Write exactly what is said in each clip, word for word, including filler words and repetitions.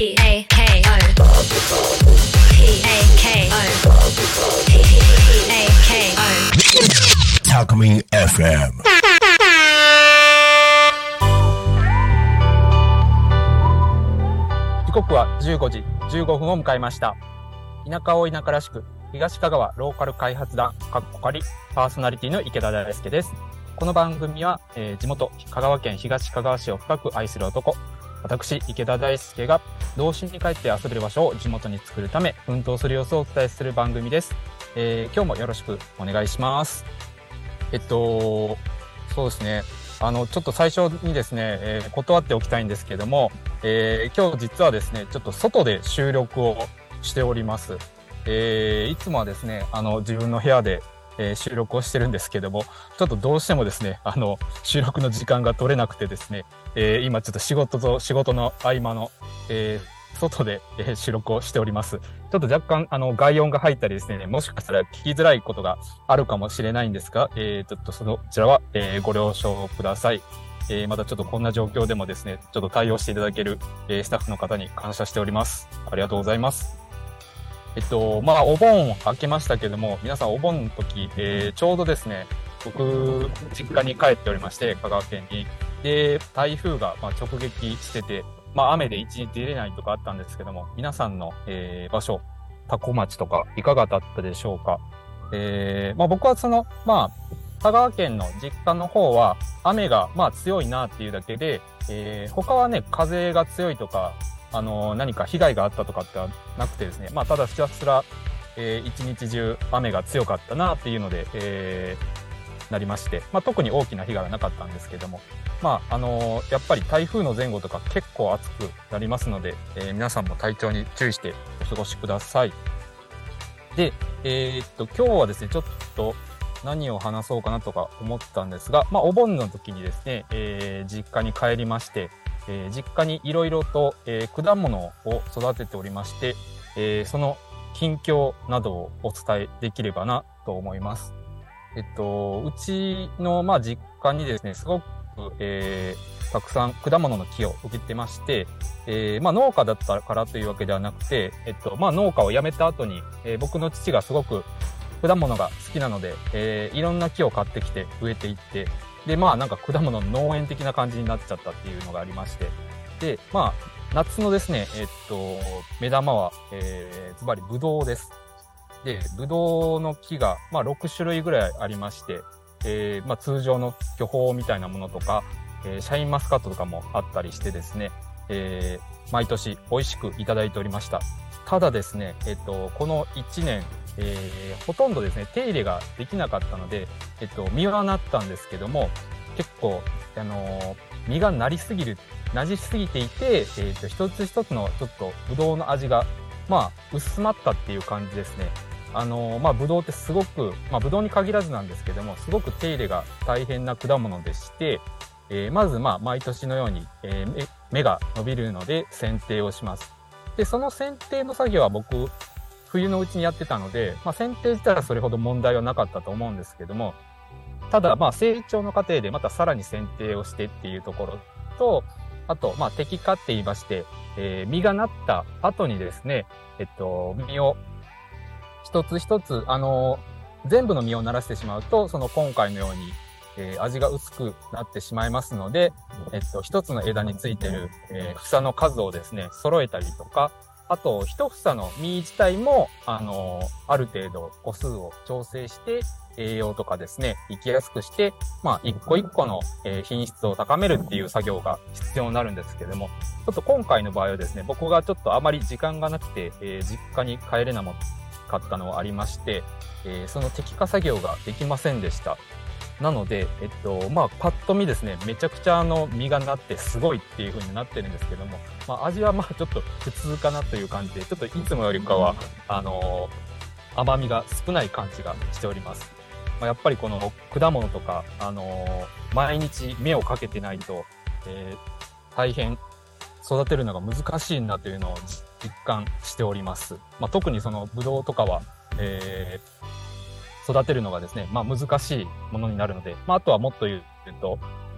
P A K O P A K O P A K O タコミン エフエム。 時刻はじゅうごじじゅうごふんを迎えました。田舎を田舎らしく、東香川ローカル開発団かっこかりパーソナリティの池田大輔です。この番組は、えー、地元香川県東香川市を深く愛する男、私池田大輔が童心に帰って遊べる場所を地元に作るため奮闘する様子をお伝えする番組です。えー、今日もよろしくお願いします。えっとそうですね、あのちょっと最初にですね、えー、断っておきたいんですけども、えー、今日実はですねちょっと外で収録をしております。えー、いつもはですねあの自分の部屋でえー、収録をしてるんですけども、ちょっとどうしてもですねあの収録の時間が取れなくてですね、えー、今ちょっと仕事と仕事の合間の、えー、外で、えー、収録をしております。ちょっと若干あの外音が入ったりですね、もしかしたら聞きづらいことがあるかもしれないんですが、えー、ちょっとそのこちらは、えー、ご了承ください。えー、またちょっとこんな状況でもですねちょっと対応していただける、えー、スタッフの方に感謝しております。ありがとうございます。えっと、まあ、お盆明けましたけども、皆さんお盆の時、えー、ちょうどですね、僕、実家に帰っておりまして、香川県に。で、台風がまあ直撃してて、まあ、雨で一日出れないとかあったんですけども、皆さんの、えー、場所、多古町とか、いかがだったでしょうか。えー、まあ、僕はその、まあ、香川県の実家の方は、雨がまあ強いなっていうだけで、えー、他はね、風が強いとか、あの何か被害があったとかってはなくてですね、まあただひたすら、えー、一日中雨が強かったなっていうので、えー、なりまして、まあ特に大きな被害はなかったんですけども、まああのー、やっぱり台風の前後とか結構暑くなりますので、えー、皆さんも体調に注意してお過ごしください。で、えー、っと今日はですねちょっと何を話そうかなとか思ったんですが、まあお盆の時にですね、えー、実家に帰りまして。えー、実家にいろいろと、えー、果物を育てておりまして、えー、その近況などをお伝えできればなと思います。えっと、うちの、まあ、実家にですね、すごく、えー、たくさん果物の木を植えてまして、えー、まあ、農家だったからというわけではなくて、えっと、まあ、農家を辞めた後に、えー、僕の父がすごく果物が好きなので、えー、いろんな木を買ってきて植えていって、で、まあなんか果物の農園的な感じになっちゃったっていうのがありまして。で、まあ、夏のですね、えっと、目玉は、えー、ズバリブドウです。で、ブドウの木が、まあろくしゅるいぐらいありまして、えー、まあ通常の巨峰みたいなものとか、えー、シャインマスカットとかもあったりしてですね、えー、毎年美味しくいただいておりました。ただですね、えっと、このいちねん、えー、ほとんどですね、手入れができなかったので、えっと、実はなったんですけども、結構、あのー、実がなりすぎる、なじしすぎていて、えっと、一つ一つのちょっとブドウの味が、まあ、薄まったっていう感じですね。あのー、まあ、ブドウってすごく、まあ、ブドウに限らずなんですけども、すごく手入れが大変な果物でして、えー、まず、まあ、毎年のように、えー、芽が伸びるので、剪定をします。で、その剪定の作業は僕、冬のうちにやってたので、まあ、剪定自体はそれほど問題はなかったと思うんですけども、ただ、まあ、成長の過程でまたさらに剪定をしてっていうところと、あと、まあ、摘果って言いまして、えー、実がなった後にですね、えっと、実を一つ一つ、あのー、全部の実をならしてしまうと、その今回のように、えー、味が薄くなってしまいますので、えっと、一つの枝についてる、えー、房の数をですね、揃えたりとか、あと、一房の実自体も、あのー、ある程度個数を調整して、栄養とかですね、生きやすくして、まあ、一個一個の、えー、品質を高めるっていう作業が必要になるんですけども、ちょっと今回の場合はですね、僕がちょっとあまり時間がなくて、えー、実家に帰れなかったのはありまして、えー、その摘果作業ができませんでした。なので、えっと、まあ、パッと見ですね、めちゃくちゃあの、実がなってすごいっていう風になってるんですけども、まあ、味はまあ、ちょっと普通かなという感じで、ちょっといつもよりかは、あのー、甘みが少ない感じがしております。まあ、やっぱりこの果物とか、あのー、毎日目をかけてないと、えー、大変育てるのが難しいなというのを実感しております。まあ、特にそのブドウとかは、えー育てるのがですね、まあ難しいものになるので、まああとはもっと言うと、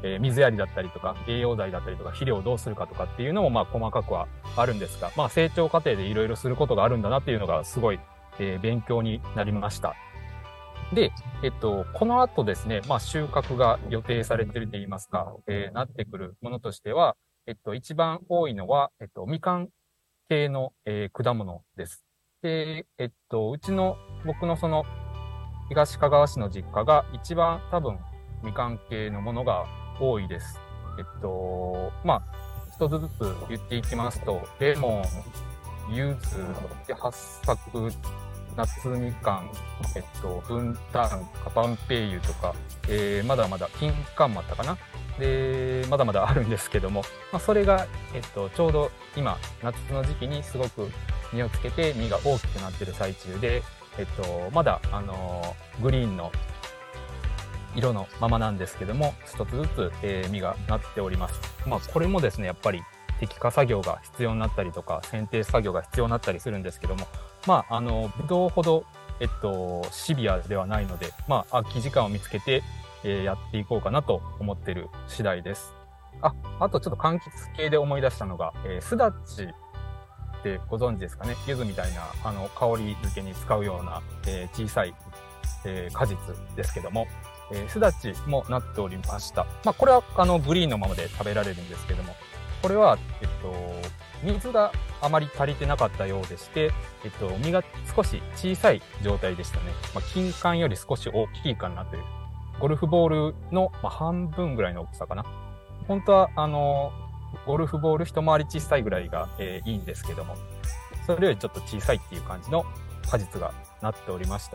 えー、水やりだったりとか、栄養剤だったりとか、肥料をどうするかとかっていうのも、まあ、細かくはあるんですが、まあ、成長過程でいろいろすることがあるんだなっていうのが、すごい、えー、勉強になりました。で、えっと、この後ですね、まあ、収穫が予定されていると言いますか、えー、なってくるものとしては、えっと、一番多いのは、えっと、みかん系の、えー、果物です。で、えっと、うちの、僕のその、東かがわ市の実家が一番多分、みかん系のものが多いです。えっと、まあ、一つずつ言っていきますと、レモン、柚子、で、八朔、夏みかん、えっと、文旦、カパンペイユとか、えー、まだまだ金柑もあったかな。で、まだまだあるんですけども、まあ、それが、えっと、ちょうど今、夏の時期にすごく実をつけて実が大きくなっている最中で、えっと、まだ、あのー、グリーンの色のままなんですけども、一つずつ、えー、実がなっております。まあ、これもですね、やっぱり摘果作業が必要になったりとか、剪定作業が必要になったりするんですけども、まあ、あの、ぶどうほど、えっと、シビアではないので、まあ、空き時間を見つけて、えー、やっていこうかなと思っている次第です。あ、あとちょっと柑橘系で思い出したのが、えー、すだちってご存知ですかね。柚子みたいな、あの、香り付けに使うような、えー、小さい、えー、果実ですけども、えー、すだちもなっておりました。まあ、これは、あの、グリーンのままで食べられるんですけども、これは、えっと、水があまり足りてなかったようでして、えっと、実が少し小さい状態でしたね。まあ、金柑より少し大きいかなという。ゴルフボールの、まあ、半分ぐらいの大きさかな。本当は、あの、ゴルフボール一回り小さいぐらいが、えー、いいんですけども、それよりちょっと小さいっていう感じの果実がなっておりました。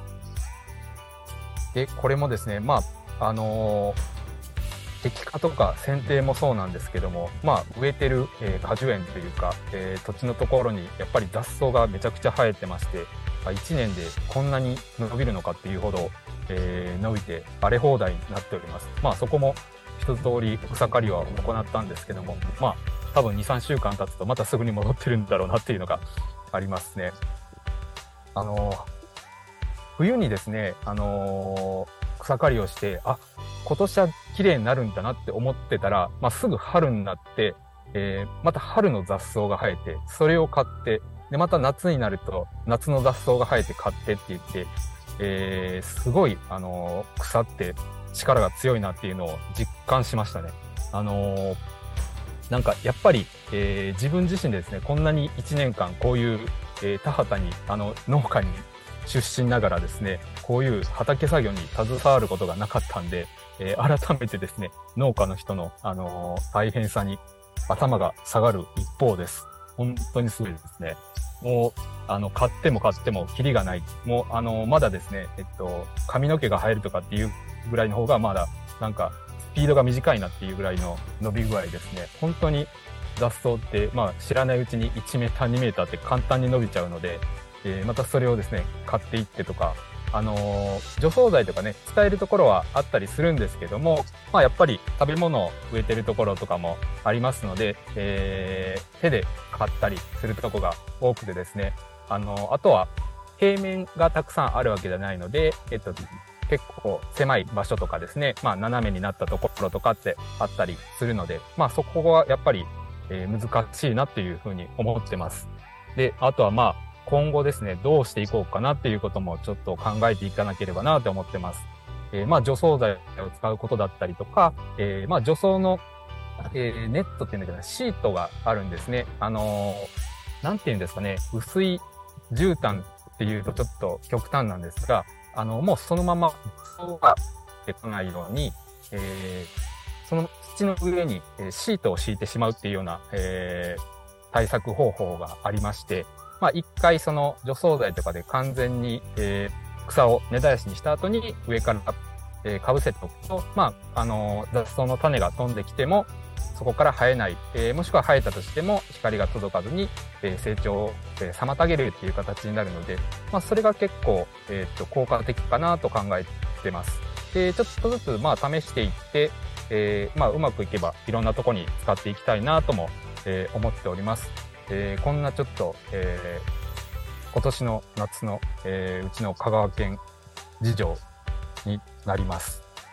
で、これもですね、まあ、あのー、摘果とか剪定もそうなんですけども、まあ、植えてる、えー、果樹園というか、えー、土地のところにやっぱり雑草がめちゃくちゃ生えてまして、いちねんでこんなに伸びるのかっていうほど、えー、伸びて荒れ放題になっております。まあ、そこも一通り草刈りは行ったんですけども、まあ、多分に、さんしゅうかん経つとまたすぐに戻ってるんだろうなっていうのがありますね。あのー、冬にですね、あのー、草刈りをして、あ、今年は綺麗になるんだなって思ってたら、まあ、すぐ春になって、えー、また春の雑草が生えて、それを買って、で、また夏になると、夏の雑草が生えて買ってって言って、えー、すごい、あのー、草って力が強いなっていうのを実感しましたね。あのー、なんか、やっぱり、えー、自分自身でですね、こんなにいちねんかんこういう、えー、田畑に、あの、農家に出身ながらですね、こういう畑作業に携わることがなかったんで、えー、改めてですね、農家の人の、あのー、大変さに頭が下がる一方です。本当にすごいですね。もう、あの、買っても買ってもキリがない。もう、あの、まだですね、えっと、髪の毛が生えるとかっていうぐらいの方がまだ、なんか、スピードが短いなっていうぐらいの伸び具合ですね。本当に雑草って、まあ、知らないうちにいちメーター、にメーターって簡単に伸びちゃうので、えー、またそれをですね、買っていってとか、あのー、除草剤とかね、伝えるところはあったりするんですけども、まあやっぱり食べ物を植えてるところとかもありますので、えー、手で買ったりするところが多くてですね、あのー、あとは平面がたくさんあるわけじゃないので、えっと、結構狭い場所とかですね、まあ斜めになったところとかってあったりするので、まあそこはやっぱり、えー、難しいなっていうふうに思ってます。で、あとはまあ、今後ですね、どうしていこうかなっていうこともちょっと考えていかなければなと思ってます。えー、まあ除草剤を使うことだったりとか、えー、まあ除草の、えー、ネットっていうんだけど、シートがあるんですね。あのー、なんていうんですかね、薄い絨毯っていうとちょっと極端なんですが、あの、もうそのまま草が出てこないように、えー、その土の上にシートを敷いてしまうっていうような、えー、対策方法がありまして、まあ一回その除草剤とかで完全に、えー、草を根絶やしにした後に上から、えー、被せておくと、まあ、あのー、雑草の種が飛んできても、そこから生えない、えー、もしくは生えたとしても光が届かずに、えー、成長を、えー、妨げるっていう形になるので、まあそれが結構、えー、っと効果的かなと考えてます。で、ちょっとずつまあ試していって、えー、まあうまくいけばいろんなところに使っていきたいなとも、えー、思っております。えー、こんなちょっと、えー、今年の夏の、えー、うちの香川県事情になります。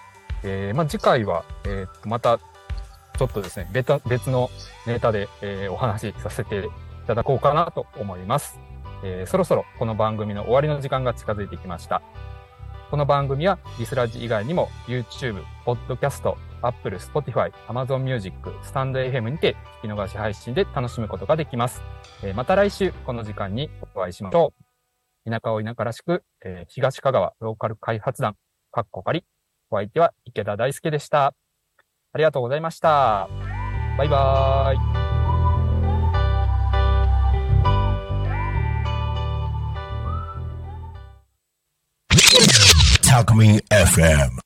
えーまあ、次回は、えー、またちょっとですね、別別のネタで、えー、お話しさせていただこうかなと思います。えー、そろそろこの番組の終わりの時間が近づいてきました。この番組はリスラジ以外にも YouTube、Podcast、Apple、Spotify、Amazon Music、スタンド エフエム にて聞き逃し配信で楽しむことができます。えー、また来週この時間にお会いしましょう。田舎を田舎らしく、えー、東香川ローカル開発団、かっこかり。お相手は池田大輔でした。ありがとうございました。バイバーイ。 Talk Me エフエム